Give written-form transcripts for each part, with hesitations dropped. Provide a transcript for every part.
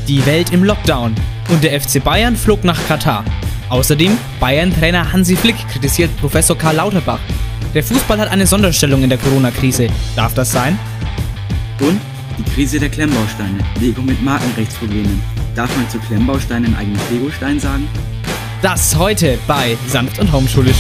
Die Welt im Lockdown und der FC Bayern flog nach Katar. Außerdem Bayern-Trainer Hansi Flick kritisiert Professor Karl Lauterbach. Der Fußball hat eine Sonderstellung in der Corona-Krise. Darf das sein? Und die Krise der Klemmbausteine. Lego mit Markenrechtsproblemen. Darf man zu Klemmbausteinen eigentlich Legostein sagen? Das heute bei Sanft und Homeschulisch.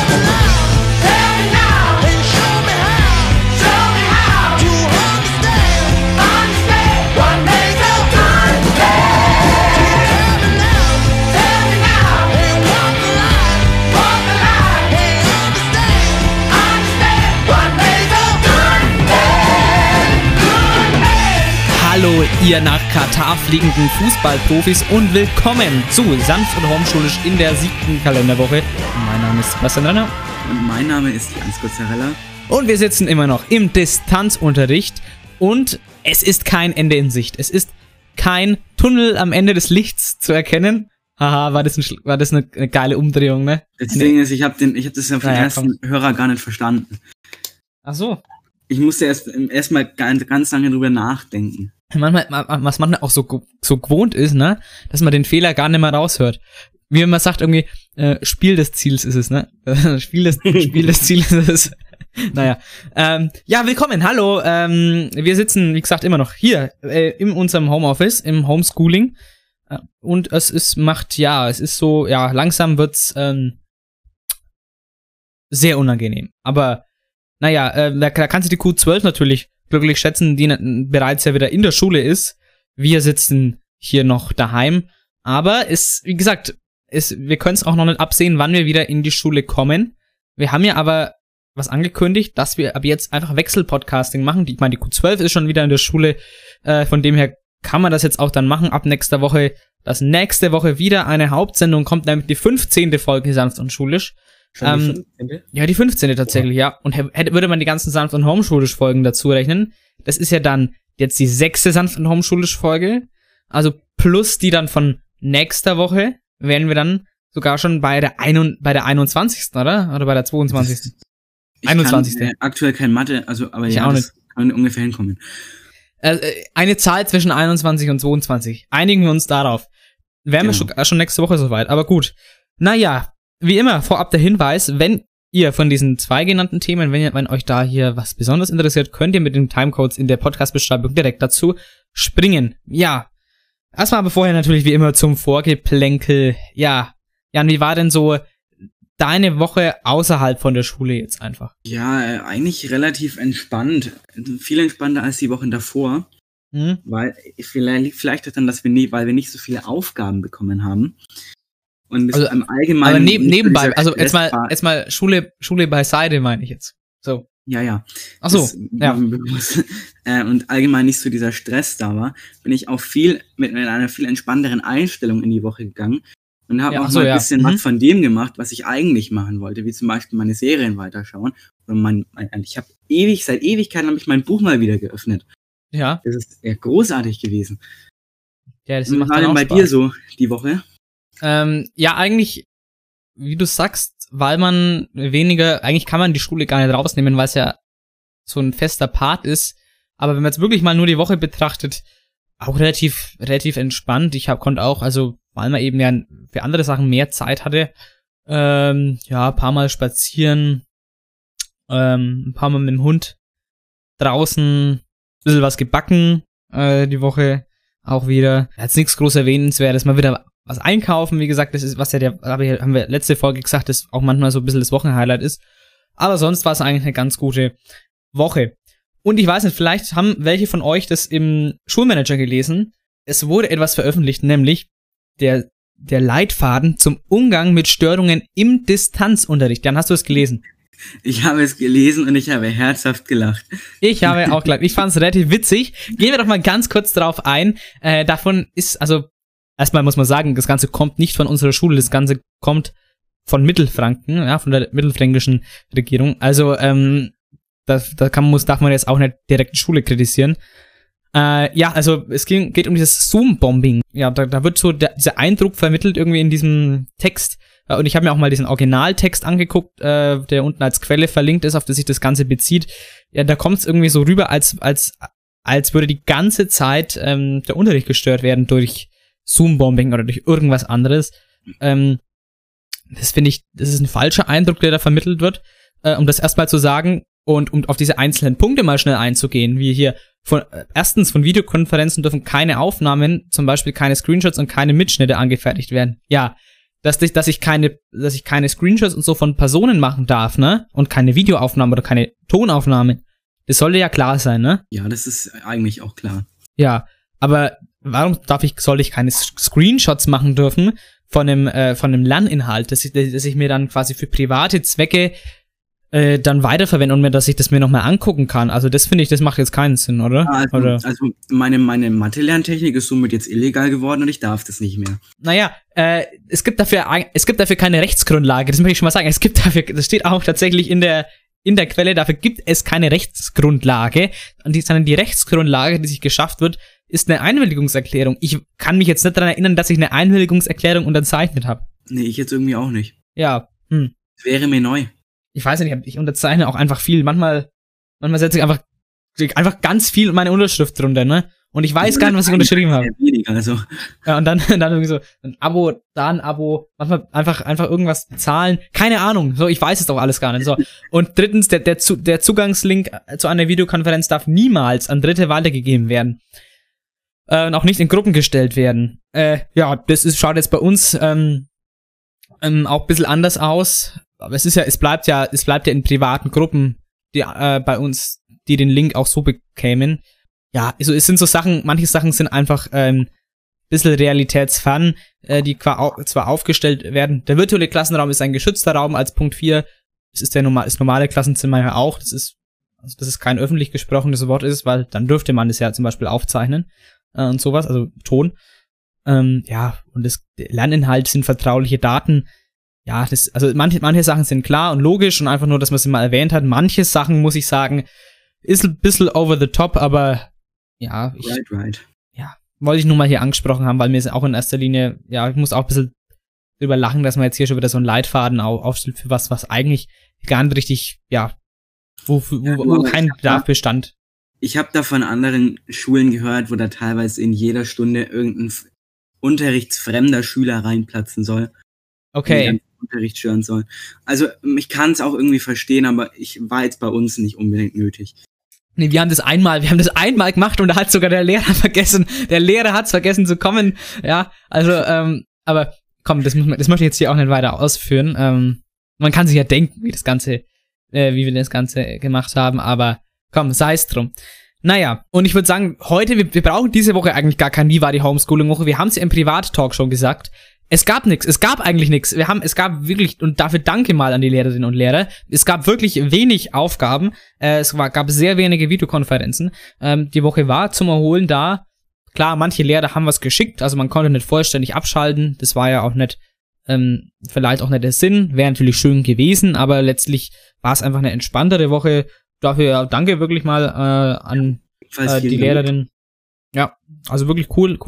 Hallo, ihr nach Katar fliegenden Fußballprofis und willkommen zu Sanft und Homeschulisch in der 7. Kalenderwoche. Mein Name ist Sebastian Renner. Und mein Name ist Jans Gozzarella. Und wir sitzen immer noch im Distanzunterricht und es ist kein Ende in Sicht. Es ist kein Tunnel am Ende des Lichts zu erkennen. Haha, war das eine geile Umdrehung, ne? Das Ding ist, ich hab das ja vom ersten Hörer gar nicht verstanden. Ach so. Ich musste erst mal ganz lange drüber nachdenken. Manchmal, was man auch so gewohnt ist, ne, dass man den Fehler gar nicht mehr raushört. Wie man sagt irgendwie, Spiel des Ziels ist es, ne? Spiel des Ziels ist es. Naja. Ja, willkommen, hallo. Wir sitzen, wie gesagt, immer noch hier in unserem Homeoffice, im Homeschooling. Und es ist so, ja, langsam wird's sehr unangenehm. Aber naja, da kann sich die Q12 natürlich glücklich schätzen, die bereits ja wieder in der Schule ist. Wir sitzen hier noch daheim. Aber wie gesagt, wir können es auch noch nicht absehen, wann wir wieder in die Schule kommen. Wir haben ja aber was angekündigt, dass wir ab jetzt einfach Wechselpodcasting machen. Ich meine, die Q12 ist schon wieder in der Schule. Von dem her kann man das jetzt auch dann machen ab nächster Woche. Dass nächste Woche wieder eine Hauptsendung kommt, nämlich die 15. Folge Sanft und Schulisch. Schon die 15.? Ja, die 15. tatsächlich, ja. Und würde man die ganzen Sanft- und Homeschulisch-Folgen dazu rechnen, das ist ja dann jetzt die 6. Sanft- und Homeschulisch-Folge. Also plus die dann von nächster Woche wären wir dann sogar schon bei der 21. oder? Oder bei der 22. Ich 21. kann aktuell kein Mathe, aber ich ja, auch das kann ungefähr hinkommen. Eine Zahl zwischen 21 und 22. Einigen wir uns darauf. Wären wir schon nächste Woche soweit, aber gut. Naja, wie immer, vorab der Hinweis, wenn ihr von diesen 2 genannten Themen, wenn euch da hier was besonders interessiert, könnt ihr mit den Timecodes in der Podcast-Beschreibung direkt dazu springen. Ja, erstmal aber vorher natürlich wie immer zum Vorgeplänkel. Ja, Jan, wie war denn so deine Woche außerhalb von der Schule jetzt einfach? Ja, eigentlich relativ entspannt. Viel entspannter als die Wochen davor. Weil vielleicht auch dann, weil wir nicht so viele Aufgaben bekommen haben. Und das im Allgemeinen. Aber nebenbei, also jetzt mal Schule beiseite, meine ich jetzt. So. Ja. Ach so, ja. Und allgemein nicht so dieser Stress da war, bin ich auch mit einer viel entspannteren Einstellung in die Woche gegangen und habe auch mal ein bisschen was von dem gemacht, was ich eigentlich machen wollte, wie zum Beispiel meine Serien weiterschauen. Und ich habe seit Ewigkeiten habe ich mein Buch mal wieder geöffnet. Ja. Das ist ja großartig gewesen. Ja, das macht dann auch Spaß. Was war denn bei dir so die Woche? Ja, eigentlich, wie du sagst, weil man eigentlich kann man die Schule gar nicht rausnehmen, weil es ja so ein fester Part ist. Aber wenn man jetzt wirklich mal nur die Woche betrachtet, auch relativ entspannt. Ich konnte auch, also, weil man eben ja für andere Sachen mehr Zeit hatte, ein paar Mal spazieren, ein paar Mal mit dem Hund draußen, ein bisschen was gebacken, die Woche auch wieder. Jetzt nichts groß erwähnenswertes, mal wieder was einkaufen, wie gesagt, das ist, was ja haben wir letzte Folge gesagt, das auch manchmal so ein bisschen das Wochenhighlight ist. Aber sonst war es eigentlich eine ganz gute Woche. Und ich weiß nicht, vielleicht haben welche von euch das im Schulmanager gelesen. Es wurde etwas veröffentlicht, nämlich der Leitfaden zum Umgang mit Störungen im Distanzunterricht. Jan, hast du es gelesen? Ich habe es gelesen und ich habe herzhaft gelacht. Ich habe auch gelacht. Ich fand es relativ witzig. Gehen wir doch mal ganz kurz darauf ein. Davon ist, also erstmal muss man sagen, das Ganze kommt nicht von unserer Schule, das Ganze kommt von Mittelfranken, ja, von der mittelfränkischen Regierung. Also, darf man jetzt auch nicht direkt die Schule kritisieren. Also es geht um dieses Zoom-Bombing. Ja, da wird so dieser Eindruck vermittelt irgendwie in diesem Text. Und ich habe mir auch mal diesen Originaltext angeguckt, der unten als Quelle verlinkt ist, auf das sich das Ganze bezieht. Ja, da kommt es irgendwie so rüber, als als würde die ganze Zeit der Unterricht gestört werden durch Zoom-Bombing oder durch irgendwas anderes. Das finde ich, das ist ein falscher Eindruck, der da vermittelt wird, um das erstmal zu sagen und um auf diese einzelnen Punkte mal schnell einzugehen, wie hier erstens von Videokonferenzen dürfen keine Aufnahmen, zum Beispiel keine Screenshots und keine Mitschnitte angefertigt werden. Ja, dass ich keine Screenshots und so von Personen machen darf, ne? Und keine Videoaufnahmen oder keine Tonaufnahmen. Das sollte ja klar sein, ne? Ja, das ist eigentlich auch klar. Ja, aber warum soll ich keine Screenshots machen dürfen von einem Lerninhalt, dass ich mir dann quasi für private Zwecke dann weiterverwende und dass ich das mir nochmal angucken kann. Also das finde ich, das macht jetzt keinen Sinn, oder? Also meine Mathe-Lerntechnik ist somit jetzt illegal geworden und ich darf das nicht mehr. Naja, es gibt dafür keine Rechtsgrundlage, das möchte ich schon mal sagen. Das steht auch tatsächlich in der Quelle, dafür gibt es keine Rechtsgrundlage. Sondern die Rechtsgrundlage, die sich geschafft wird, ist eine Einwilligungserklärung. Ich kann mich jetzt nicht daran erinnern, dass ich eine Einwilligungserklärung unterzeichnet habe. Nee, ich jetzt irgendwie auch nicht. Ja. Das wäre mir neu. Ich weiß nicht, ich unterzeichne auch einfach viel. Manchmal setze ich einfach ganz viel meine Unterschrift drunter, ne? Und ich weiß gar nicht, was ich unterschrieben habe. Also. Ja, und dann irgendwie so ein Abo, da ein Abo, manchmal einfach irgendwas bezahlen. Keine Ahnung, so, ich weiß es doch alles gar nicht. So. Und drittens, der Zugangslink zu einer Videokonferenz darf niemals an Dritte weitergegeben werden. Und auch nicht in Gruppen gestellt werden. Ja, schaut jetzt bei uns auch ein bisschen anders aus. Aber es bleibt ja in privaten Gruppen, die bei uns, die den Link auch so bekämen. Ja, also es sind so Sachen, manche Sachen sind einfach bisschen realitätsfern, die zwar aufgestellt werden. Der virtuelle Klassenraum ist ein geschützter Raum als Punkt 4. Das ist das normale Klassenzimmer ja auch. Das ist kein öffentlich gesprochenes Wort ist, weil dann dürfte man es ja zum Beispiel aufzeichnen und sowas, also Ton. Ja, und der Lerninhalt sind vertrauliche Daten. Ja, also manche Sachen sind klar und logisch und einfach nur, dass man sie mal erwähnt hat. Manche Sachen, muss ich sagen, ist ein bisschen over the top, aber ja. Right. Ja, wollte ich nur mal hier angesprochen haben, weil mir ist auch in erster Linie, ja, ich muss auch ein bisschen drüber lachen, dass man jetzt hier schon wieder so einen Leitfaden aufstellt für was eigentlich gar nicht richtig, ja, wo kein Bedarf bestand. Ich habe da von anderen Schulen gehört, wo da teilweise in jeder Stunde irgendein unterrichtsfremder Schüler reinplatzen soll. Okay. Den Unterricht stören soll. Also ich kann es auch irgendwie verstehen, aber war jetzt bei uns nicht unbedingt nötig. Nee, wir haben das einmal gemacht und da hat sogar der Lehrer vergessen. Der Lehrer hat's vergessen zu kommen. Ja, also, aber komm, das möchte ich jetzt hier auch nicht weiter ausführen. Man kann sich ja denken, wie wir das Ganze gemacht haben, aber komm, sei es drum. Naja, und ich würde sagen, heute, wir brauchen diese Woche eigentlich gar kein Wie war die Homeschooling-Woche. Wir haben es ja im Privat-Talk schon gesagt. Es gab eigentlich nichts. Es gab wirklich, und dafür danke mal an die Lehrerinnen und Lehrer, es gab wirklich wenig Aufgaben. Gab sehr wenige Videokonferenzen. Die Woche war zum Erholen da. Klar, manche Lehrer haben was geschickt, also man konnte nicht vollständig abschalten. Das war ja auch nicht, vielleicht auch nicht der Sinn. Wäre natürlich schön gewesen, aber letztlich war es einfach eine entspanntere Woche. Dafür danke wirklich mal an die Lehrerin. Ja, also wirklich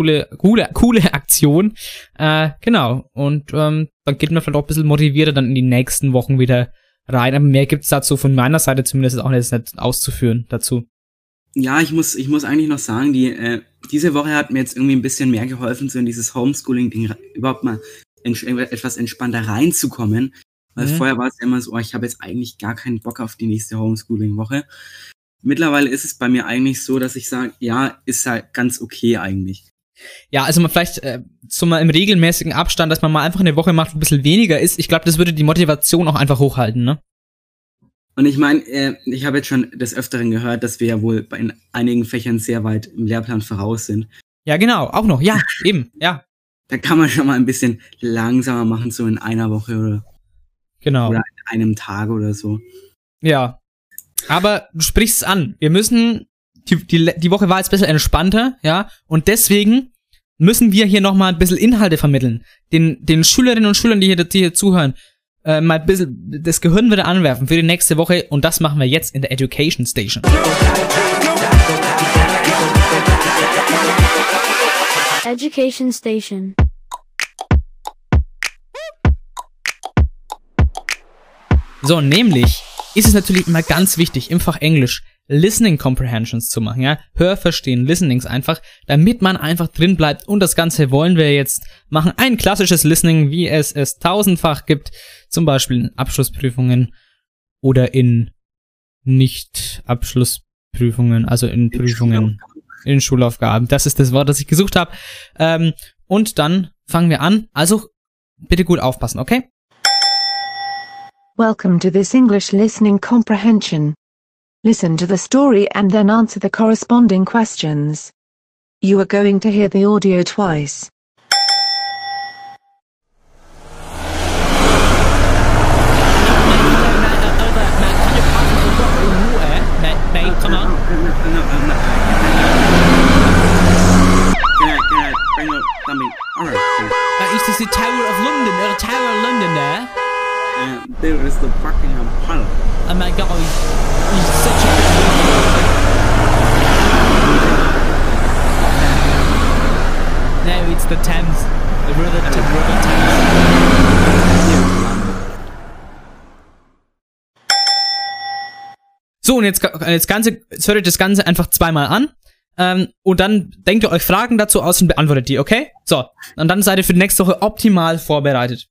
coole Aktion. Genau. Und dann geht man vielleicht auch ein bisschen motivierter dann in die nächsten Wochen wieder rein. Aber mehr gibt's dazu von meiner Seite zumindest auch nicht auszuführen dazu. Ja, ich muss eigentlich noch sagen, diese Woche hat mir jetzt irgendwie ein bisschen mehr geholfen, so in dieses Homeschooling-Ding überhaupt mal etwas entspannter reinzukommen. Weil vorher war es immer so, ich habe jetzt eigentlich gar keinen Bock auf die nächste Homeschooling-Woche. Mittlerweile ist es bei mir eigentlich so, dass ich sage, ja, ist halt ganz okay eigentlich. Ja, also man vielleicht mal im regelmäßigen Abstand, dass man mal einfach eine Woche macht, wo ein bisschen weniger ist. Ich glaube, das würde die Motivation auch einfach hochhalten, ne? Und ich meine, ich habe jetzt schon des Öfteren gehört, dass wir ja wohl in einigen Fächern sehr weit im Lehrplan voraus sind. Ja, genau, auch noch, ja, eben, ja. Da kann man schon mal ein bisschen langsamer machen, so in einer Woche oder in einem Tag oder so. Ja. Aber du sprichst es an. Wir müssen, die Woche war jetzt ein bisschen entspannter, ja, und deswegen müssen wir hier nochmal ein bisschen Inhalte vermitteln. Den Schülerinnen und Schülern, die hier zuhören, mal ein bisschen das Gehirn wieder anwerfen für die nächste Woche und das machen wir jetzt in der Education Station. Education Station. So, nämlich ist es natürlich immer ganz wichtig im Fach Englisch Listening Comprehensions zu machen, ja, Hörverstehen, Listenings einfach, damit man einfach drin bleibt und das Ganze wollen wir jetzt machen. Ein klassisches Listening, wie es tausendfach gibt, zum Beispiel in Abschlussprüfungen oder in Nicht-Abschlussprüfungen, also in Prüfungen, in Schulaufgaben. Das ist das Wort, das ich gesucht habe. Und dann fangen wir an. Also bitte gut aufpassen, okay? Welcome to this English listening comprehension. Listen to the story and then answer the corresponding questions. You are going to hear the audio twice. Come on. Can I bring up something other? Is this the Tower of London? The Tower of London there? There is the Buckingham Palace. Oh my god, he's such a No, it's the Thames. The River Thames. So, und jetzt hört ihr das Ganze einfach zweimal an. Und dann denkt ihr euch Fragen dazu aus und beantwortet die, okay? So, und dann seid ihr für die nächste Woche optimal vorbereitet.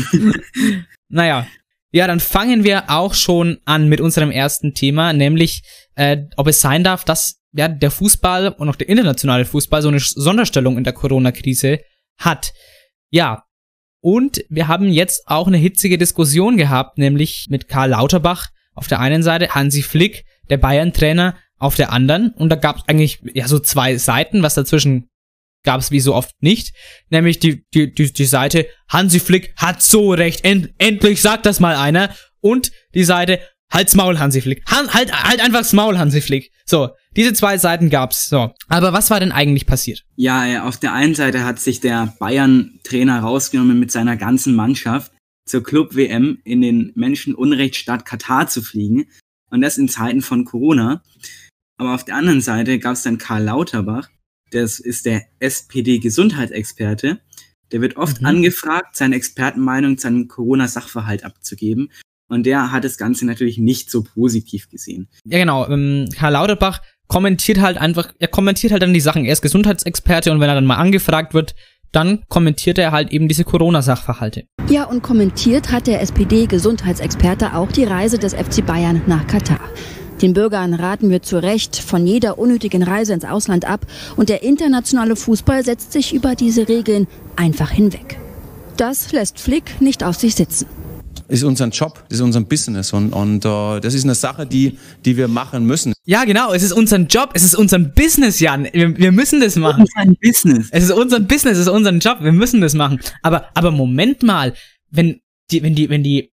Naja, ja, dann fangen wir auch schon an mit unserem ersten Thema, nämlich, ob es sein darf, dass ja, der Fußball und auch der internationale Fußball so eine Sonderstellung in der Corona-Krise hat. Ja, und wir haben jetzt auch eine hitzige Diskussion gehabt, nämlich mit Karl Lauterbach auf der einen Seite, Hansi Flick, der Bayern-Trainer, auf der anderen. Und da gab es eigentlich ja so zwei Seiten, was dazwischen gab es wie so oft nicht. Nämlich die Seite, Hansi Flick hat so recht, endlich sagt das mal einer. Und die Seite, halt's Maul, Hansi Flick. Halt einfach's Maul, Hansi Flick. So, diese zwei Seiten gab's. So. Aber was war denn eigentlich passiert? Ja, auf der einen Seite hat sich der Bayern-Trainer rausgenommen, mit seiner ganzen Mannschaft zur Club-WM in den Menschenunrechtsstaat Katar zu fliegen. Und das in Zeiten von Corona. Aber auf der anderen Seite gab es dann Karl Lauterbach, das ist der SPD-Gesundheitsexperte. Der wird oft angefragt, seine Expertenmeinung zu einem Corona-Sachverhalt abzugeben. Und der hat das Ganze natürlich nicht so positiv gesehen. Ja, genau. Karl Lauterbach kommentiert halt dann die Sachen. Er ist Gesundheitsexperte und wenn er dann mal angefragt wird, dann kommentiert er halt eben diese Corona-Sachverhalte. Ja, und kommentiert hat der SPD-Gesundheitsexperte auch die Reise des FC Bayern nach Katar. Den Bürgern raten wir zu Recht von jeder unnötigen Reise ins Ausland ab und der internationale Fußball setzt sich über diese Regeln einfach hinweg. Das lässt Flick nicht auf sich sitzen. Ist unser Job, das ist unser Business und das ist eine Sache, die wir machen müssen. Ja, genau, es ist unser Job, es ist unser Business, Jan. Wir müssen das machen. Es ist ein Business. Es ist unser Business, es ist unser Job, wir müssen das machen. Aber Moment mal, wenn die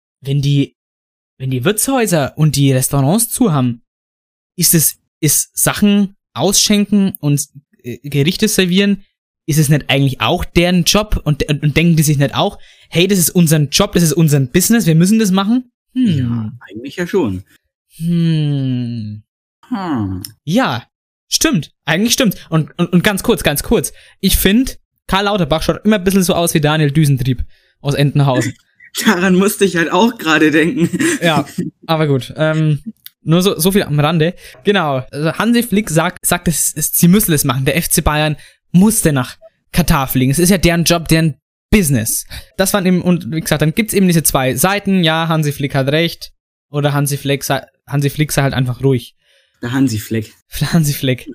Wirtshäuser und die Restaurants zu haben, ist Sachen ausschenken und Gerichte servieren, ist es nicht eigentlich auch deren Job und denken die sich nicht auch, hey, das ist unser Job, das ist unser Business, wir müssen das machen? Ja, eigentlich ja schon. Ja, stimmt, eigentlich stimmt. Und ganz kurz, ich finde, Karl Lauterbach schaut immer ein bisschen so aus wie Daniel Düsentrieb aus Entenhausen. Daran musste ich halt auch gerade denken. Ja, aber gut. Nur so viel am Rande. Genau. Also Hansi Flick sagt, sie müssen es machen. Der FC Bayern musste nach Katar fliegen. Es ist ja deren Job, deren Business. Das waren eben, und wie gesagt, dann gibt's eben diese zwei Seiten. Ja, Hansi Flick hat recht. Oder Hansi Flick sei halt einfach ruhig. Der Hansi Flick. Hansi Flick.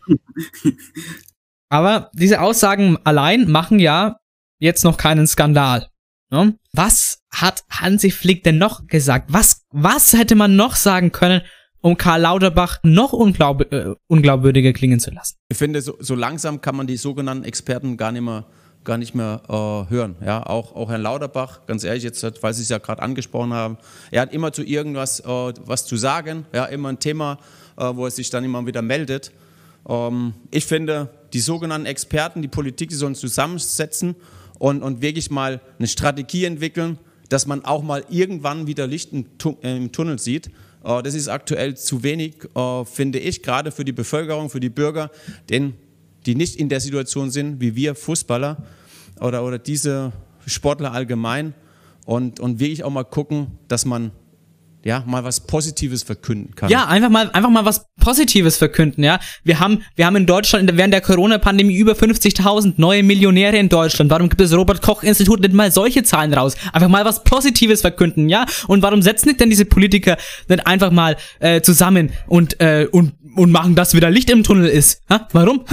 Aber diese Aussagen allein machen ja jetzt noch keinen Skandal. Ne? Was hat Hansi Flick denn noch gesagt? Was hätte man noch sagen können, um Karl Lauterbach noch unglaubwürdiger klingen zu lassen? Ich finde, so langsam kann man die sogenannten Experten gar nicht mehr hören. Ja, auch Herrn Lauterbach, ganz ehrlich, jetzt, weil Sie es ja gerade angesprochen haben, er hat immer zu irgendwas was zu sagen, ja, immer ein Thema, wo er sich dann immer wieder meldet. Ich finde, die sogenannten Experten, die Politik, die sollen zusammensetzen und wirklich mal eine Strategie entwickeln, dass man auch mal irgendwann wieder Licht im Tunnel sieht. Das ist aktuell zu wenig, finde ich, gerade für die Bevölkerung, für die Bürger, denn die nicht in der Situation sind, wie wir Fußballer oder diese Sportler allgemein und wirklich auch mal gucken, dass man ja, mal was Positives verkünden kann. Ja, einfach mal was Positives verkünden, ja. Wir haben in Deutschland während der Corona-Pandemie über 50.000 neue Millionäre in Deutschland. Warum gibt das Robert-Koch-Institut nicht mal solche Zahlen raus? Einfach mal was Positives verkünden, ja. Und warum setzen nicht denn diese Politiker nicht einfach mal zusammen und machen, dass wieder Licht im Tunnel ist? Ha? Warum?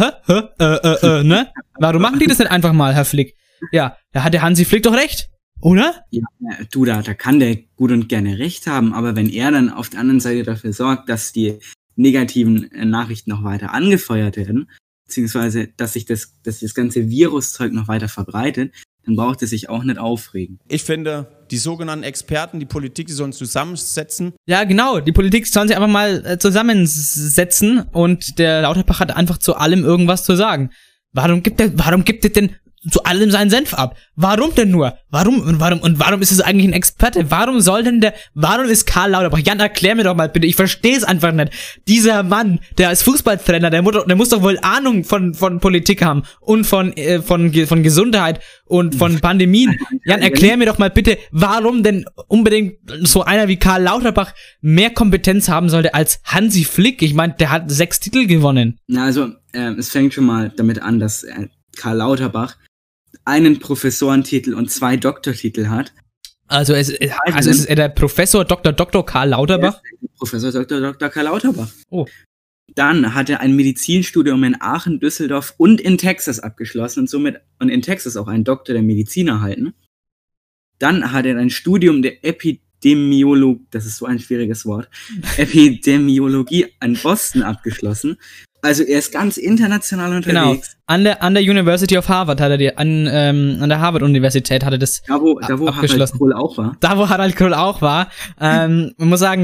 Ne? Warum machen die das nicht einfach mal, Herr Flick? Ja, da hat der Hansi Flick doch recht. Oder? Ja, du, da kann der gut und gerne recht haben, aber wenn er dann auf der anderen Seite dafür sorgt, dass die negativen Nachrichten noch weiter angefeuert werden, beziehungsweise dass sich das ganze Viruszeug noch weiter verbreitet, dann braucht er sich auch nicht aufregen. Ich finde, die sogenannten Experten, die Politik, die sollen zusammensetzen. Ja, genau, die Politik sollen sich einfach mal zusammensetzen und der Lauterbach hat einfach zu allem irgendwas zu sagen. Warum gibt er denn zu allem seinen Senf ab? Warum denn nur? Warum ist es eigentlich ein Experte? Warum ist Karl Lauterbach? Jan, erklär mir doch mal bitte, ich verstehe es einfach nicht. Dieser Mann, der als Fußballtrainer, der muss doch wohl Ahnung von Politik haben und von Gesundheit und von Pandemien. Jan, erklär mir doch mal bitte, warum denn unbedingt so einer wie Karl Lauterbach mehr Kompetenz haben sollte als Hansi Flick? Ich meine, der hat 6 Titel gewonnen. Na, also, es fängt schon mal damit an, dass Karl Lauterbach einen Professorentitel und 2 Doktortitel hat. Also ist er der Professor Dr. Karl Lauterbach? Professor Dr. Karl Lauterbach. Oh. Dann hat er ein Medizinstudium in Aachen, Düsseldorf und in Texas abgeschlossen und in Texas auch einen Doktor der Medizin erhalten. Dann hat er ein Studium der Epidemiologie, das ist so ein schwieriges Wort, Epidemiologie in Boston abgeschlossen. Also er ist ganz international unterwegs. Genau. An der University of Harvard hat er an der Harvard-Universität hat er das abgeschlossen. Harald Kohl auch war. Da, wo Harald Kohl auch war. Man muss sagen,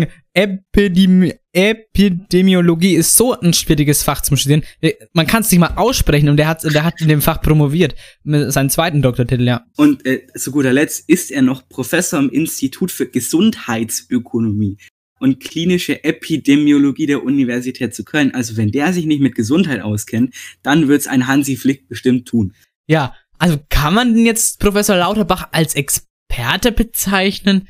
Epidemiologie ist so ein schwieriges Fach zum Studieren. Man kann es nicht mal aussprechen und der hat in dem Fach promoviert. Mit seinem 2. Doktortitel, ja. Und zu guter Letzt ist er noch Professor im Institut für Gesundheitsökonomie und klinische Epidemiologie der Universität zu Köln. Also wenn der sich nicht mit Gesundheit auskennt, dann wird's ein Hansi Flick bestimmt tun. Ja, also kann man denn jetzt Professor Lauterbach als Experte bezeichnen?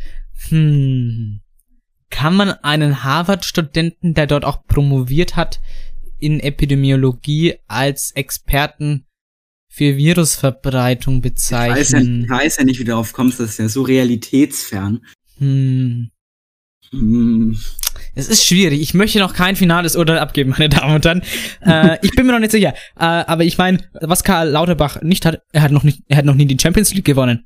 Kann man einen Harvard-Studenten, der dort auch promoviert hat in Epidemiologie, als Experten für Virusverbreitung bezeichnen? Ich weiß ja nicht, wie du darauf kommst, das ist ja so realitätsfern. Es ist schwierig. Ich möchte noch kein finales Urteil abgeben, meine Damen und Herren. Ich bin mir noch nicht sicher. Aber ich meine, was Karl Lauterbach nicht hat, er hat noch nie die Champions League gewonnen.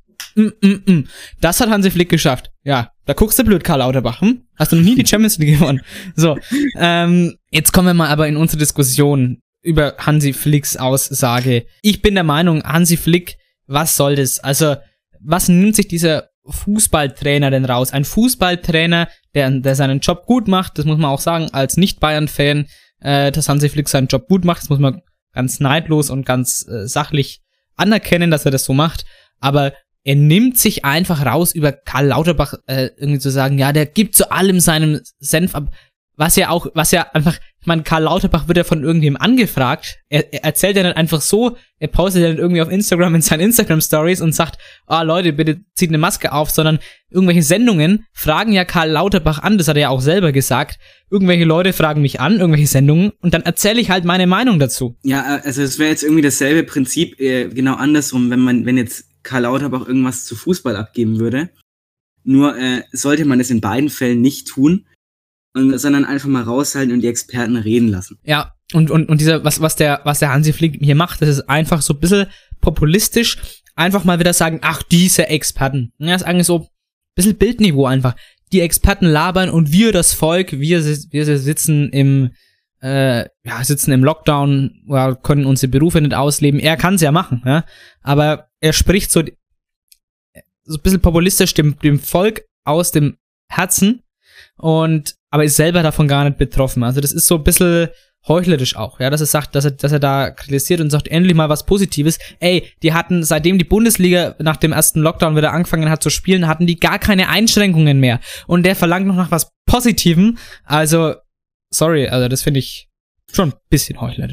Das hat Hansi Flick geschafft. Ja, da guckst du blöd, Karl Lauterbach. Hast du noch nie die Champions League gewonnen? So, jetzt kommen wir mal aber in unsere Diskussion über Hansi Flicks Aussage. Ich bin der Meinung, Hansi Flick, was soll das? Also, was nimmt sich dieser Fußballtrainer denn raus? Ein Fußballtrainer, der seinen Job gut macht, das muss man auch sagen, als Nicht-Bayern-Fan, dass Hansi Flick seinen Job gut macht, das muss man ganz neidlos und ganz sachlich anerkennen, dass er das so macht, aber er nimmt sich einfach raus, über Karl Lauterbach irgendwie zu sagen, ja, der gibt zu allem seinen Senf ab, was ja einfach, ich meine, Karl Lauterbach wird ja von irgendjemandem angefragt, er erzählt ja nicht einfach so, er postet ja nicht irgendwie auf Instagram in seinen Instagram-Stories und sagt, Leute, bitte zieht eine Maske auf, sondern irgendwelche Sendungen fragen ja Karl Lauterbach an, das hat er ja auch selber gesagt, irgendwelche Leute fragen mich an, irgendwelche Sendungen, und dann erzähle ich halt meine Meinung dazu. Ja, also es wäre jetzt irgendwie dasselbe Prinzip, genau andersrum, wenn jetzt Karl Lauterbach irgendwas zu Fußball abgeben würde, nur sollte man es in beiden Fällen nicht tun, sondern einfach mal raushalten und die Experten reden lassen. Ja, und dieser, was der Hansi Flick hier macht, das ist einfach so ein bisschen populistisch, einfach mal wieder sagen, ach, diese Experten. Ja, ist eigentlich so ein bisschen Bildniveau einfach. Die Experten labern und wir, das Volk, wir sitzen im Lockdown, können unsere Berufe nicht ausleben. Er kann es ja machen, ja, aber er spricht so ein bisschen populistisch dem Volk aus dem Herzen, aber ist selber davon gar nicht betroffen. Also das ist so ein bisschen heuchlerisch auch, ja, dass er sagt, dass er da kritisiert und sagt, endlich mal was Positives. Ey, die hatten, seitdem die Bundesliga nach dem ersten Lockdown wieder angefangen hat zu spielen, hatten die gar keine Einschränkungen mehr. Und der verlangt noch nach was Positivem. Also, sorry, also das finde ich schon ein bisschen heuchlerisch.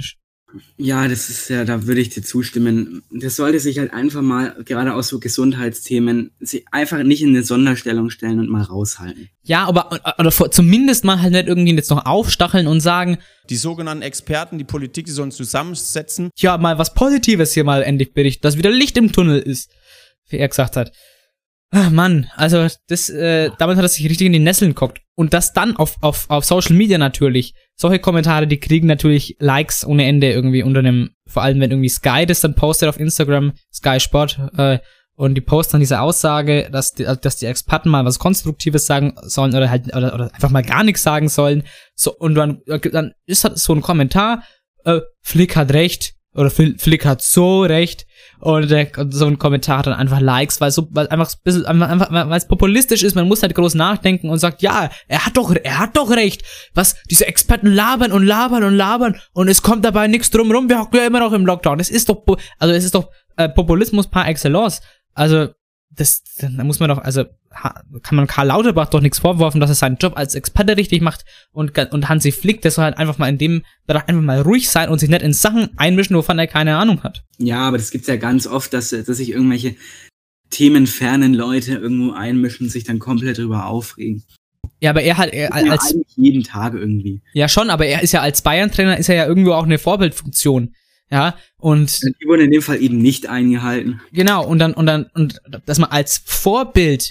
Ja, das ist ja, da würde ich dir zustimmen. Das sollte sich halt einfach mal, gerade aus so Gesundheitsthemen, sich einfach nicht in eine Sonderstellung stellen und mal raushalten. Ja, aber oder zumindest mal halt nicht irgendwie jetzt noch aufstacheln und sagen, die sogenannten Experten, die Politik, die sollen zusammensetzen. Ja, mal was Positives hier mal endlich berichten, dass wieder Licht im Tunnel ist, wie er gesagt hat. Ach Mann, also das, damit hat er sich richtig in die Nesseln geguckt. Und das dann auf Social Media natürlich. Solche Kommentare, die kriegen natürlich Likes ohne Ende irgendwie unter einem, vor allem wenn irgendwie Sky das dann postet auf Instagram, Sky Sport, und die posten dann diese Aussage, dass die Experten mal was Konstruktives sagen sollen oder halt, oder einfach mal gar nichts sagen sollen. So, und dann ist halt so ein Kommentar, Flick hat recht, oder Flick hat so recht. Und so ein Kommentar hat dann einfach Likes, weil einfach ein bisschen, weil es populistisch ist, man muss halt groß nachdenken und sagt, ja, er hat doch recht. Was, diese Experten labern und es kommt dabei nichts drum rum, wir hocken ja immer noch im Lockdown. Es ist doch Populismus par excellence. Also, da muss man doch, also, kann man Karl Lauterbach doch nichts vorwerfen, dass er seinen Job als Experte richtig macht und Hansi Flick, der soll halt einfach mal in dem Bereich einfach mal ruhig sein und sich nicht in Sachen einmischen, wovon er keine Ahnung hat. Ja, aber das gibt's ja ganz oft, dass sich irgendwelche themenfernen Leute irgendwo einmischen und sich dann komplett drüber aufregen. Ja, aber er als eigentlich jeden Tag irgendwie. Ja, schon, aber er ist ja als Bayern-Trainer, ist er ja irgendwo auch eine Vorbildfunktion. Ja, und die wurden in dem Fall eben nicht eingehalten. Genau, und dass man als Vorbild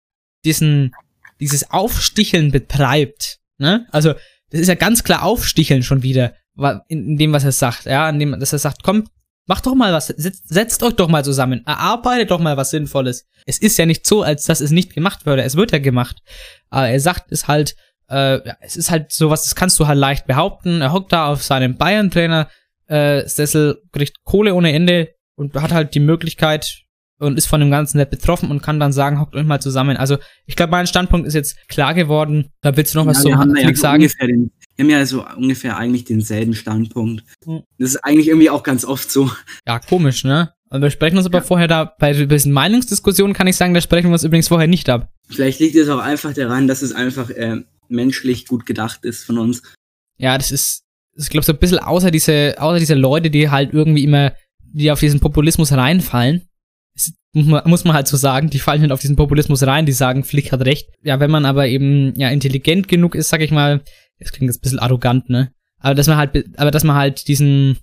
dieses Aufsticheln betreibt, ne? Also, das ist ja ganz klar Aufsticheln schon wieder, in dem, was er sagt, ja, in dem, dass er sagt, komm, macht doch mal was, setzt euch doch mal zusammen, erarbeitet doch mal was Sinnvolles. Es ist ja nicht so, als dass es nicht gemacht würde, es wird ja gemacht. Aber er sagt es halt, es ist halt sowas, das kannst du halt leicht behaupten, er hockt da auf seinem Bayern-Trainer, Sessel, kriegt Kohle ohne Ende und hat halt die Möglichkeit und ist von dem Ganzen nicht betroffen und kann dann sagen, hockt euch mal zusammen. Also, ich glaube, mein Standpunkt ist jetzt klar geworden. Da willst du noch was so Flick sagen? Wir haben ja so ungefähr eigentlich denselben Standpunkt. Das ist eigentlich irgendwie auch ganz oft so. Ja, komisch, ne? Und wir sprechen uns aber vorher da, bei diesen Meinungsdiskussionen kann ich sagen, da sprechen wir uns übrigens vorher nicht ab. Vielleicht liegt es auch einfach daran, dass es einfach menschlich gut gedacht ist von uns. Ja, das ist ich glaube, so ein bisschen außer diese Leute, die halt irgendwie immer, die auf diesen Populismus reinfallen, muss man halt so sagen, die fallen halt auf diesen Populismus rein, die sagen, Flick hat recht. Ja, wenn man aber eben, ja, intelligent genug ist, sag ich mal, das klingt jetzt ein bisschen arrogant, ne? Aber dass man halt diesen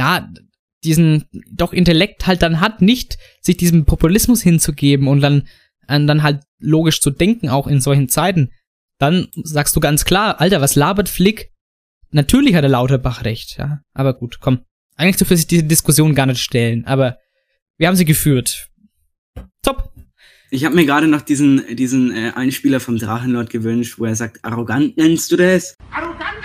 doch Intellekt halt dann hat, nicht sich diesem Populismus hinzugeben und dann halt logisch zu denken, auch in solchen Zeiten, dann sagst du ganz klar, Alter, was labert Flick? Natürlich hat der Lauterbach recht, ja. Aber gut, komm. Eigentlich dürfte sich diese Diskussion gar nicht stellen, aber wir haben sie geführt. Top. Ich habe mir gerade noch diesen Einspieler vom Drachenlord gewünscht, wo er sagt, arrogant nennst du das? Arrogant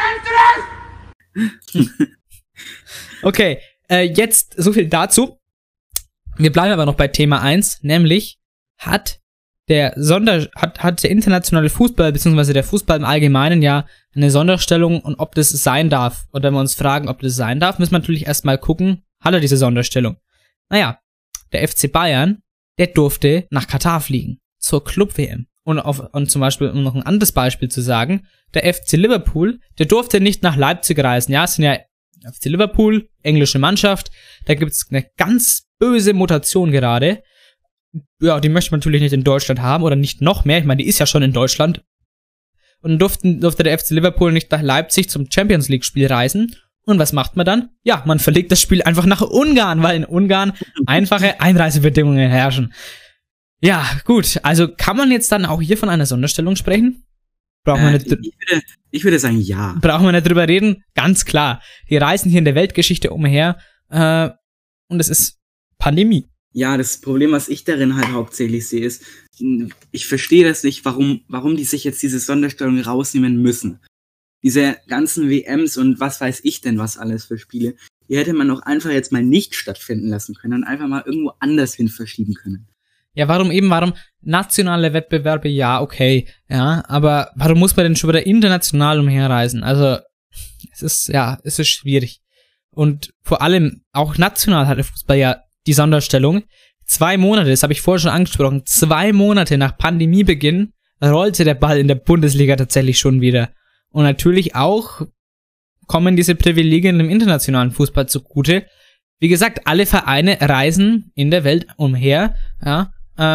nennst du das? Okay, jetzt so viel dazu. Wir bleiben aber noch bei Thema 1, nämlich hat der internationale Fußball, beziehungsweise der Fußball im Allgemeinen ja eine Sonderstellung und ob das sein darf. Und wenn wir uns fragen, ob das sein darf, müssen wir natürlich erstmal gucken, hat er diese Sonderstellung? Naja, der FC Bayern, der durfte nach Katar fliegen, zur Club-WM. Und zum Beispiel, um noch ein anderes Beispiel zu sagen, der FC Liverpool, der durfte nicht nach Leipzig reisen. Ja, es sind ja FC Liverpool, englische Mannschaft, da gibt's eine ganz böse Mutation gerade. Ja, die möchte man natürlich nicht in Deutschland haben oder nicht noch mehr. Ich meine, die ist ja schon in Deutschland. Und durfte der FC Liverpool nicht nach Leipzig zum Champions League Spiel reisen. Und was macht man dann? Ja, man verlegt das Spiel einfach nach Ungarn, weil in Ungarn einfache Einreisebedingungen herrschen. Ja, gut. Also kann man jetzt dann auch hier von einer Sonderstellung sprechen? Brauchen wir nicht. Ich würde sagen, ja. Brauchen wir nicht drüber reden? Ganz klar. Die reisen hier in der Weltgeschichte umher. Und es ist Pandemie. Ja, das Problem, was ich darin halt hauptsächlich sehe, ist, ich verstehe das nicht, warum die sich jetzt diese Sonderstellung rausnehmen müssen. Diese ganzen WMs und was weiß ich denn, was alles für Spiele, die hätte man auch einfach jetzt mal nicht stattfinden lassen können und einfach mal irgendwo anders hin verschieben können. Ja, warum nationale Wettbewerbe, ja, okay, ja, aber warum muss man denn schon wieder international umherreisen? Also, es ist schwierig. Und vor allem, auch national hat der Fußball ja die Sonderstellung. 2 Monate, das habe ich vorher schon angesprochen, 2 Monate nach Pandemiebeginn rollte der Ball in der Bundesliga tatsächlich schon wieder. Und natürlich auch kommen diese Privilegien im internationalen Fußball zugute. Wie gesagt, alle Vereine reisen in der Welt umher, ja,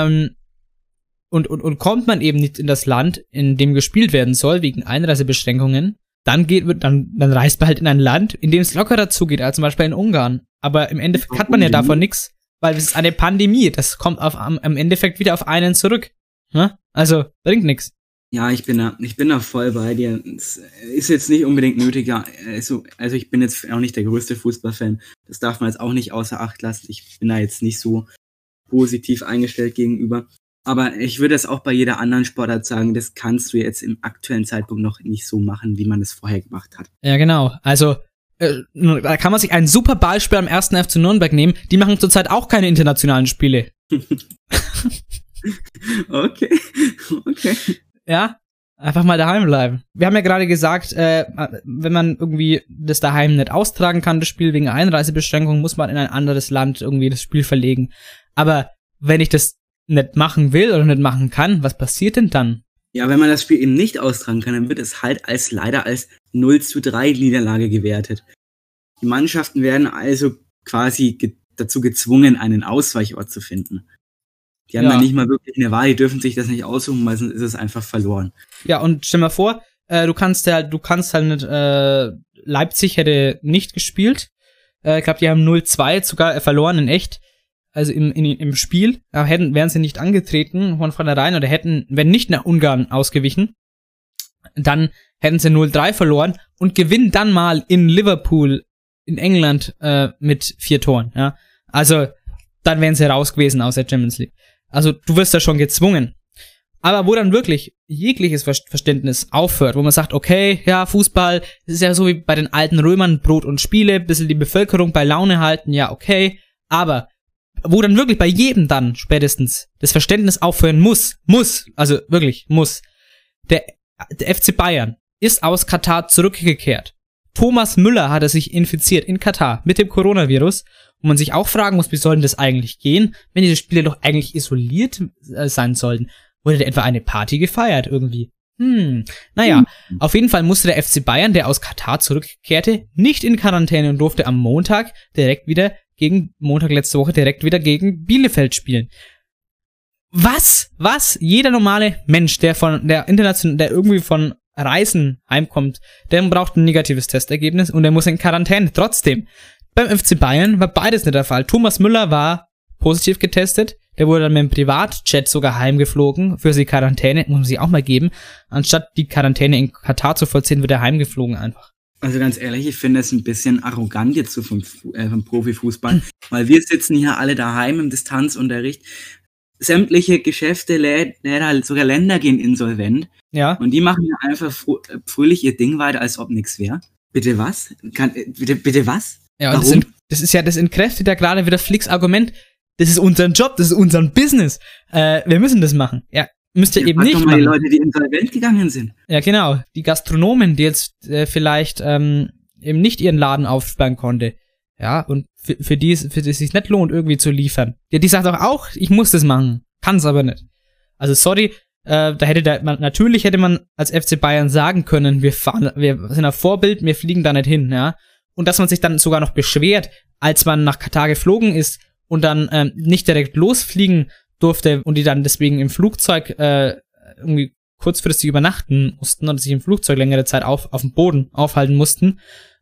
und kommt man eben nicht in das Land, in dem gespielt werden soll, wegen Einreisebeschränkungen, dann reist man halt in ein Land, in dem es lockerer zugeht, als zum Beispiel in Ungarn. Aber im Endeffekt hat man ja davon nichts, weil es ist eine Pandemie. Das kommt im Endeffekt wieder auf einen zurück. Ne? Also, bringt nichts. Ja, ich bin da voll bei dir. Es ist jetzt nicht unbedingt nötig, ja. Also ich bin jetzt auch nicht der größte Fußballfan. Das darf man jetzt auch nicht außer Acht lassen. Ich bin da jetzt nicht so positiv eingestellt gegenüber. Aber ich würde es auch bei jeder anderen Sportart sagen, das kannst du jetzt im aktuellen Zeitpunkt noch nicht so machen, wie man es vorher gemacht hat. Ja, genau. Also, da kann man sich ein super Beispiel am 1. FC Nürnberg nehmen. Die machen zurzeit auch keine internationalen Spiele. Okay. Ja, einfach mal daheim bleiben. Wir haben ja gerade gesagt, wenn man irgendwie das daheim nicht austragen kann, das Spiel wegen Einreisebeschränkungen, muss man in ein anderes Land irgendwie das Spiel verlegen. Aber wenn ich das nicht machen will oder nicht machen kann, was passiert denn dann? Ja, wenn man das Spiel eben nicht austragen kann, dann wird es halt leider als 0:3 Niederlage gewertet. Die Mannschaften werden also quasi dazu gezwungen, einen Ausweichort zu finden. Die haben ja nicht mal wirklich eine Wahl, die dürfen sich das nicht aussuchen, weil sonst ist es einfach verloren. Ja, und stell mal vor, du kannst halt nicht, Leipzig hätte nicht gespielt. Ich glaube, die haben 0:2 sogar verloren in echt. Also im Spiel, wären sie nicht angetreten von vornherein oder wären nicht nach Ungarn ausgewichen, dann hätten sie 0:3 verloren und gewinnen dann mal in Liverpool in England mit 4 Toren. Ja? Also dann wären sie raus gewesen aus der Champions League. Also du wirst da schon gezwungen. Aber wo dann wirklich jegliches Verständnis aufhört, wo man sagt, okay, ja, Fußball, das ist ja so wie bei den alten Römern, Brot und Spiele, bisschen die Bevölkerung bei Laune halten, ja, okay, aber wo dann wirklich bei jedem dann spätestens das Verständnis aufhören muss, also wirklich muss. Der FC Bayern ist aus Katar zurückgekehrt. Thomas Müller hatte sich infiziert in Katar mit dem Coronavirus, wo man sich auch fragen muss, wie soll denn das eigentlich gehen, wenn diese Spiele doch eigentlich isoliert sein sollten. Wurde da etwa eine Party gefeiert irgendwie? Naja, auf jeden Fall musste der FC Bayern, der aus Katar zurückkehrte, nicht in Quarantäne und durfte am Montag letzte Woche direkt wieder gegen Bielefeld spielen. Was? Jeder normale Mensch, der irgendwie von Reisen heimkommt, der braucht ein negatives Testergebnis und der muss in Quarantäne. Trotzdem, beim FC Bayern war beides nicht der Fall. Thomas Müller war positiv getestet, der wurde dann mit dem Privatjet sogar heimgeflogen für die Quarantäne, muss man sich auch mal geben. Anstatt die Quarantäne in Katar zu vollziehen, wird er heimgeflogen einfach. Also ganz ehrlich, ich finde es ein bisschen arrogant jetzt so vom Profifußball, weil wir sitzen hier alle daheim im Distanzunterricht. Sämtliche Geschäfte, Läden, sogar Länder gehen insolvent. Ja. Und die machen ja einfach fröhlich ihr Ding weiter, als ob nichts wäre. Bitte was? Bitte was? Ja, und warum? Das entkräftet ja gerade wieder Flicks Argument. Das ist unser Job, das ist unser Business. Wir müssen das machen. Ja. Müsst ihr eben nicht machen. Die Leute, die insolvent gegangen sind. Ja, genau. Die Gastronomen, die jetzt vielleicht eben nicht ihren Laden aufsperren konnte. Ja, und für die es sich nicht lohnt, irgendwie zu liefern. Die sagt auch, ich muss das machen. Kann's aber nicht. Also sorry, natürlich hätte man als FC Bayern sagen können, wir sind ein Vorbild, wir fliegen da nicht hin, ja. Und dass man sich dann sogar noch beschwert, als man nach Katar geflogen ist und dann nicht direkt losfliegen durfte und die dann deswegen im Flugzeug irgendwie kurzfristig übernachten mussten oder sich im Flugzeug längere Zeit auf dem Boden aufhalten mussten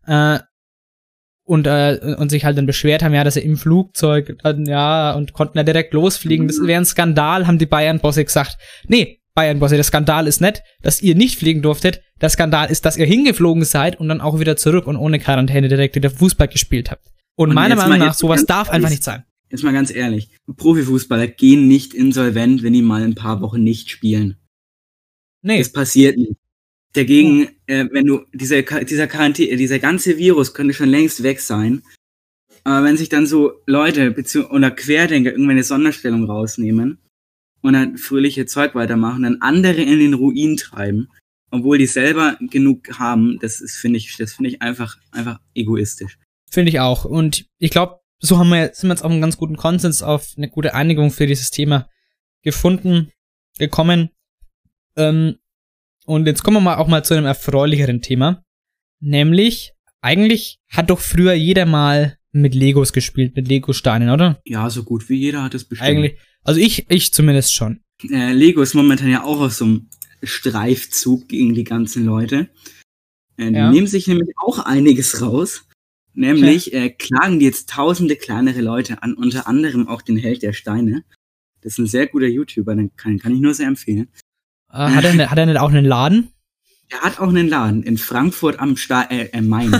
und sich halt dann beschwert haben, ja, dass sie im Flugzeug und konnten ja direkt losfliegen. Das wäre ein Skandal, haben die Bayern-Bosse gesagt. Nee, Bayern-Bosse, der Skandal ist nicht, dass ihr nicht fliegen durftet. Der Skandal ist, dass ihr hingeflogen seid und dann auch wieder zurück und ohne Quarantäne direkt wieder Fußball gespielt habt. Und meiner Meinung nach, sowas darf einfach nicht sein. Jetzt mal ganz ehrlich, Profifußballer gehen nicht insolvent, wenn die mal ein paar Wochen nicht spielen. Nee. Das passiert nicht. Dagegen, wenn du, dieser ganze Virus könnte schon längst weg sein, aber wenn sich dann so Leute oder Querdenker irgendwann eine Sonderstellung rausnehmen und dann fröhliche Zeug weitermachen, dann andere in den Ruin treiben, obwohl die selber genug haben, finde ich einfach egoistisch. Finde ich auch. Und ich glaube, sind wir jetzt auf einen ganz guten Konsens, auf eine gute Einigung für dieses Thema gekommen. Und jetzt kommen wir auch mal zu einem erfreulicheren Thema. Nämlich eigentlich hat doch früher jeder mal mit Legos gespielt, mit Lego-Steinen, oder? Ja, so gut wie jeder hat es bestimmt. Eigentlich, also ich zumindest schon. Lego ist momentan ja auch auf so einem Streifzug gegen die ganzen Leute. Die nehmen sich nämlich auch einiges raus. Nämlich klagen die jetzt tausende kleinere Leute an, unter anderem auch den Held der Steine. Das ist ein sehr guter YouTuber, den kann ich nur sehr empfehlen. Hat er nicht auch einen Laden? Er hat auch einen Laden in Frankfurt am Main.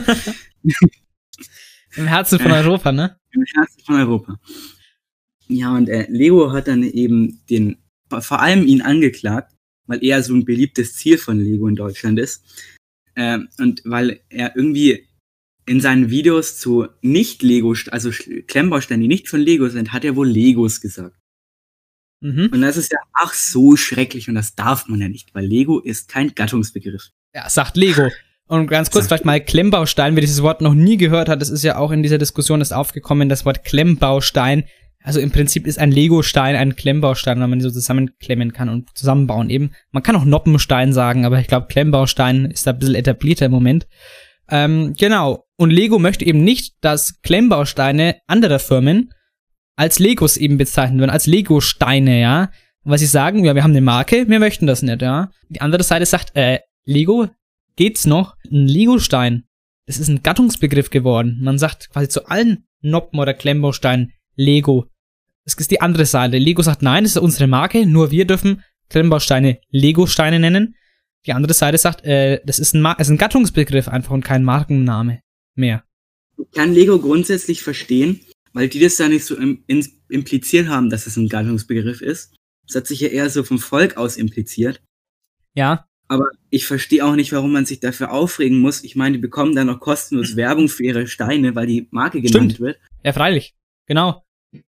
Im Herzen von Europa, ne? Im Herzen von Europa. Ja, und Lego hat dann eben vor allem ihn angeklagt, weil er so ein beliebtes Ziel von Lego in Deutschland ist. Und weil er irgendwie in seinen Videos zu Nicht-Lego, also Klemmbausteinen, die nicht von Lego sind, hat er wohl Legos gesagt. Mhm. Und das ist ja so schrecklich und das darf man ja nicht, weil Lego ist kein Gattungsbegriff. Ja, sagt Lego. Und ganz kurz vielleicht mal Klemmbaustein, wer dieses Wort noch nie gehört hat, das ist ja auch in dieser Diskussion ist aufgekommen, das Wort Klemmbaustein. Also im Prinzip ist ein Lego-Stein ein Klemmbaustein, weil man die so zusammenklemmen kann und zusammenbauen eben. Man kann auch Noppenstein sagen, aber ich glaube Klemmbaustein ist da ein bisschen etablierter im Moment. Genau. Und Lego möchte eben nicht, dass Klemmbausteine anderer Firmen als Legos eben bezeichnet werden, als Lego-Steine, ja. Weil sie sagen, ja, wir haben eine Marke, wir möchten das nicht, ja. Die andere Seite sagt, Lego, geht's noch? Ein Lego-Stein, das ist ein Gattungsbegriff geworden. Man sagt quasi zu allen Noppen oder Klemmbausteinen Lego. Das ist die andere Seite. Lego sagt, nein, das ist unsere Marke, nur wir dürfen Klemmbausteine Lego-Steine nennen. Die andere Seite sagt, das ist ein Gattungsbegriff einfach und kein Markenname mehr. Ich kann Lego grundsätzlich verstehen, weil die das ja nicht so impliziert haben, dass es ein Gattungsbegriff ist. Das hat sich ja eher so vom Volk aus impliziert. Ja. Aber ich verstehe auch nicht, warum man sich dafür aufregen muss. Ich meine, die bekommen dann noch kostenlos Werbung für ihre Steine, weil die Marke genannt wird. Ja, freilich. Genau.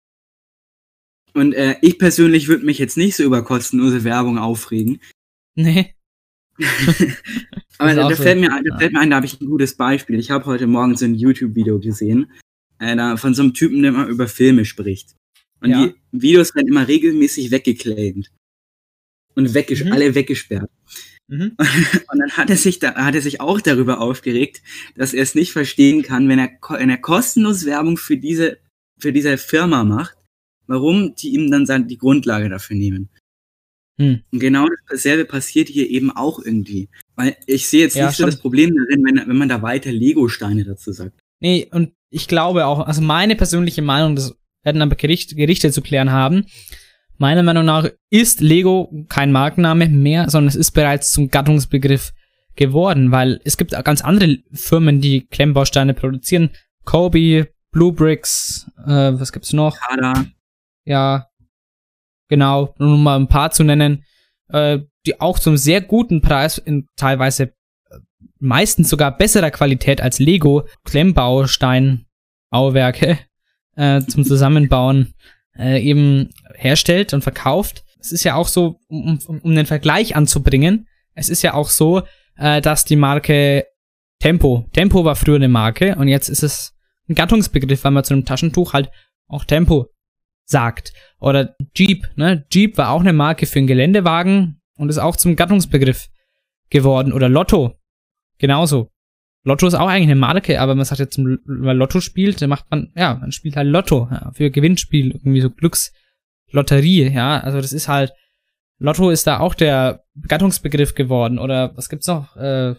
Und ich persönlich würde mich jetzt nicht so über kostenlose Werbung aufregen. Nee. Aber da fällt mir ein, da habe ich ein gutes Beispiel. Ich habe heute Morgen so ein YouTube-Video gesehen, von so einem Typen, der immer über Filme spricht. Und die Videos werden immer regelmäßig weggeclaimt. Und alle weggesperrt. Mhm. Und dann hat er sich auch darüber aufgeregt, dass er es nicht verstehen kann, wenn er kostenlos Werbung für diese Firma macht, warum die ihm dann die Grundlage dafür nehmen. Und genau dasselbe passiert hier eben auch irgendwie. Weil ich sehe jetzt nicht so das Problem darin, wenn man da weiter Lego-Steine dazu sagt. Nee, und ich glaube auch, also meine persönliche Meinung, das werden aber Gerichte zu klären haben, meiner Meinung nach ist Lego kein Markenname mehr, sondern es ist bereits zum Gattungsbegriff geworden, weil es gibt auch ganz andere Firmen, die Klemmbausteine produzieren. Kobe, Blue Bricks, was gibt's noch? Ada. Ja, genau, nur um mal ein paar zu nennen, die auch zum sehr guten Preis in teilweise meistens sogar besserer Qualität als Lego Klemmbaustein-Bauwerke zum Zusammenbauen eben herstellt und verkauft. Es ist ja auch so, um den Vergleich anzubringen, es ist ja auch so, dass die Marke Tempo war früher eine Marke und jetzt ist es ein Gattungsbegriff, weil man zu einem Taschentuch halt auch Tempo sagt. Oder Jeep, ne? Jeep war auch eine Marke für einen Geländewagen und ist auch zum Gattungsbegriff geworden. Oder Lotto, genauso. Lotto ist auch eigentlich eine Marke, aber man sagt jetzt, wenn man Lotto spielt, dann man spielt halt Lotto, ja, für Gewinnspiel, irgendwie so Glückslotterie, ja, also das ist halt, Lotto ist da auch der Gattungsbegriff geworden, oder was gibt's noch,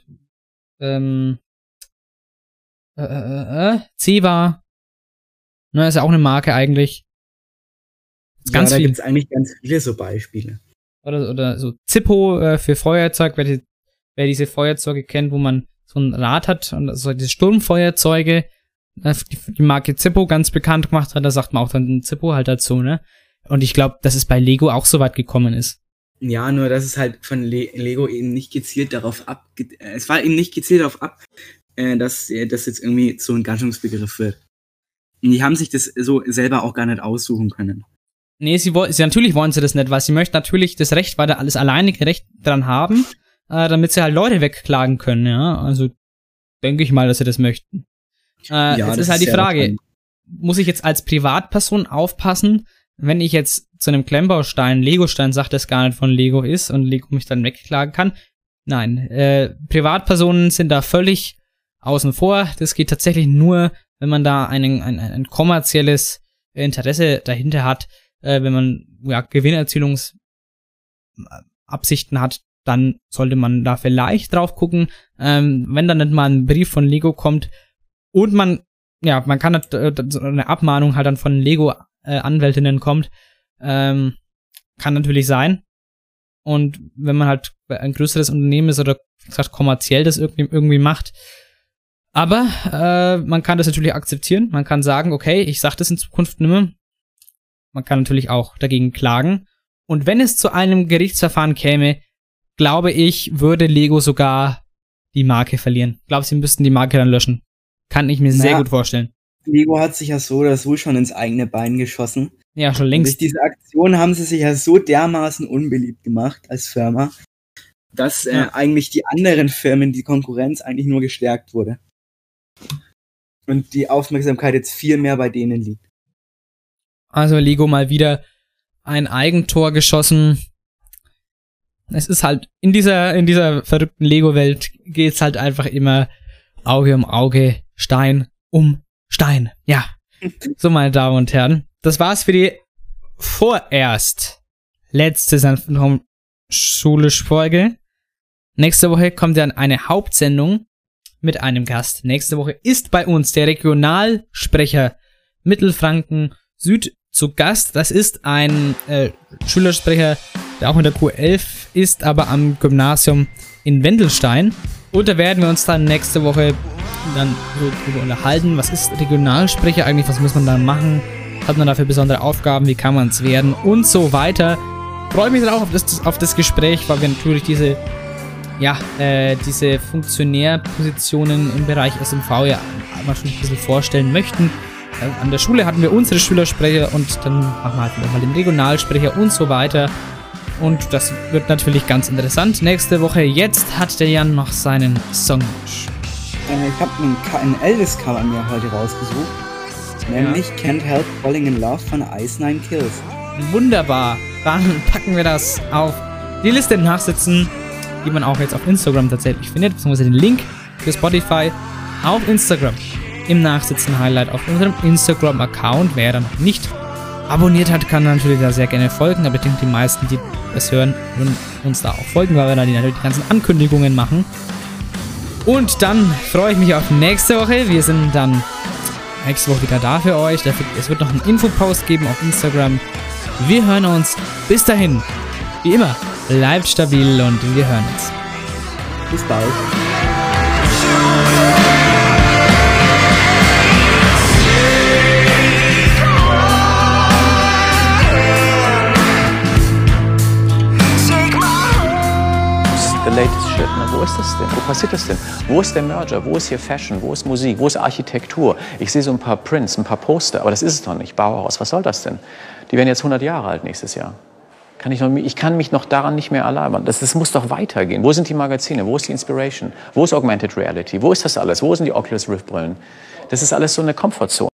Ceva, ne, ist ja auch eine Marke eigentlich. Ganz da gibt's eigentlich ganz viele so Beispiele. Oder so Zippo für Feuerzeug, wer diese Feuerzeuge kennt, wo man so ein Rad hat und so diese Sturmfeuerzeuge, die Marke Zippo ganz bekannt gemacht hat, da sagt man auch dann ein Zippo halt dazu, ne? Und ich glaube, dass es bei Lego auch so weit gekommen ist. Ja, nur dass es halt von Lego eben nicht gezielt darauf es war eben nicht gezielt darauf ab, dass das jetzt irgendwie so ein Gattungsbegriff wird. Und die haben sich das so selber auch gar nicht aussuchen können. Nee, natürlich wollen sie das nicht, weil sie möchten natürlich das Recht, weil da alles alleinige Recht dran haben, damit sie halt Leute wegklagen können, ja. Also denke ich mal, dass sie das möchten. Jetzt ist halt die Frage, muss ich jetzt als Privatperson aufpassen, wenn ich jetzt zu einem Klemmbaustein, Legostein sage, das gar nicht von Lego ist und Lego mich dann wegklagen kann? Nein, Privatpersonen sind da völlig außen vor. Das geht tatsächlich nur, wenn man da ein kommerzielles Interesse dahinter hat, wenn man Gewinnerzielungsabsichten hat, dann sollte man da vielleicht drauf gucken. Wenn dann nicht mal ein Brief von Lego kommt und man kann eine Abmahnung halt dann von Lego-Anwältinnen kommt, kann natürlich sein. Und wenn man halt ein größeres Unternehmen ist oder wie gesagt kommerziell das irgendwie macht, aber man kann das natürlich akzeptieren. Man kann sagen, okay, ich sag das in Zukunft nicht mehr. Man kann natürlich auch dagegen klagen. Und wenn es zu einem Gerichtsverfahren käme, glaube ich, würde Lego sogar die Marke verlieren. Ich glaube, sie müssten die Marke dann löschen. Kann ich mir sehr gut vorstellen. Lego hat sich ja so oder so schon ins eigene Bein geschossen. Ja, schon längst. Durch diese Aktion haben sie sich ja so dermaßen unbeliebt gemacht als Firma, dass eigentlich die anderen Firmen, die Konkurrenz, eigentlich nur gestärkt wurde. Und die Aufmerksamkeit jetzt viel mehr bei denen liegt. Also Lego mal wieder ein Eigentor geschossen. Es ist halt, in dieser verrückten Lego-Welt geht's halt einfach immer Auge um Auge, Stein um Stein. Ja, so meine Damen und Herren. Das war's für die vorerst letzte schulische Folge. Nächste Woche kommt dann eine Hauptsendung mit einem Gast. Nächste Woche ist bei uns der Regionalsprecher Mittelfranken Süd zu Gast. Das ist ein Schülersprecher, der auch in der Q11 ist, aber am Gymnasium in Wendelstein. Und da werden wir uns dann nächste Woche dann darüber unterhalten. Was ist Regionalsprecher eigentlich? Was muss man da machen? Hat man dafür besondere Aufgaben? Wie kann man es werden? Und so weiter. Freue mich dann auch auf das Gespräch, weil wir natürlich diese Funktionärpositionen im Bereich SMV ja mal schon ein bisschen vorstellen möchten. An der Schule hatten wir unsere Schülersprecher und dann machen wir halt mal den Regionalsprecher und so weiter. Und das wird natürlich ganz interessant. Nächste Woche, jetzt hat der Jan noch seinen Songwunsch. Ich habe ein Elvis-Cover mir heute rausgesucht. Nämlich Can't Help Falling in Love von Ice Nine Kills. Wunderbar. Dann packen wir das auf die Liste im Nachsitzen, die man auch jetzt auf Instagram tatsächlich findet, beziehungsweise den Link für Spotify auf Instagram im Nachsitzen-Highlight auf unserem Instagram-Account. Wer da noch nicht abonniert hat, kann natürlich da sehr gerne folgen, aber ich denke, die meisten, die das hören, würden uns da auch folgen, weil wir da natürlich die ganzen Ankündigungen machen. Und dann freue ich mich auf nächste Woche. Wir sind dann nächste Woche wieder da für euch. Es wird noch einen Infopost geben auf Instagram. Wir hören uns. Bis dahin, wie immer, bleibt stabil und wir hören uns. Bis bald. The latest shit. Na, wo ist das denn? Wo passiert das denn? Wo ist der Merger? Wo ist hier Fashion? Wo ist Musik? Wo ist Architektur? Ich sehe so ein paar Prints, ein paar Poster, aber das ist es doch nicht. Bauhaus, was soll das denn? Die werden jetzt 100 Jahre alt nächstes Jahr. Ich kann mich noch daran nicht mehr erlabern. Das muss doch weitergehen. Wo sind die Magazine? Wo ist die Inspiration? Wo ist Augmented Reality? Wo ist das alles? Wo sind die Oculus Rift Brillen? Das ist alles so eine Komfortzone.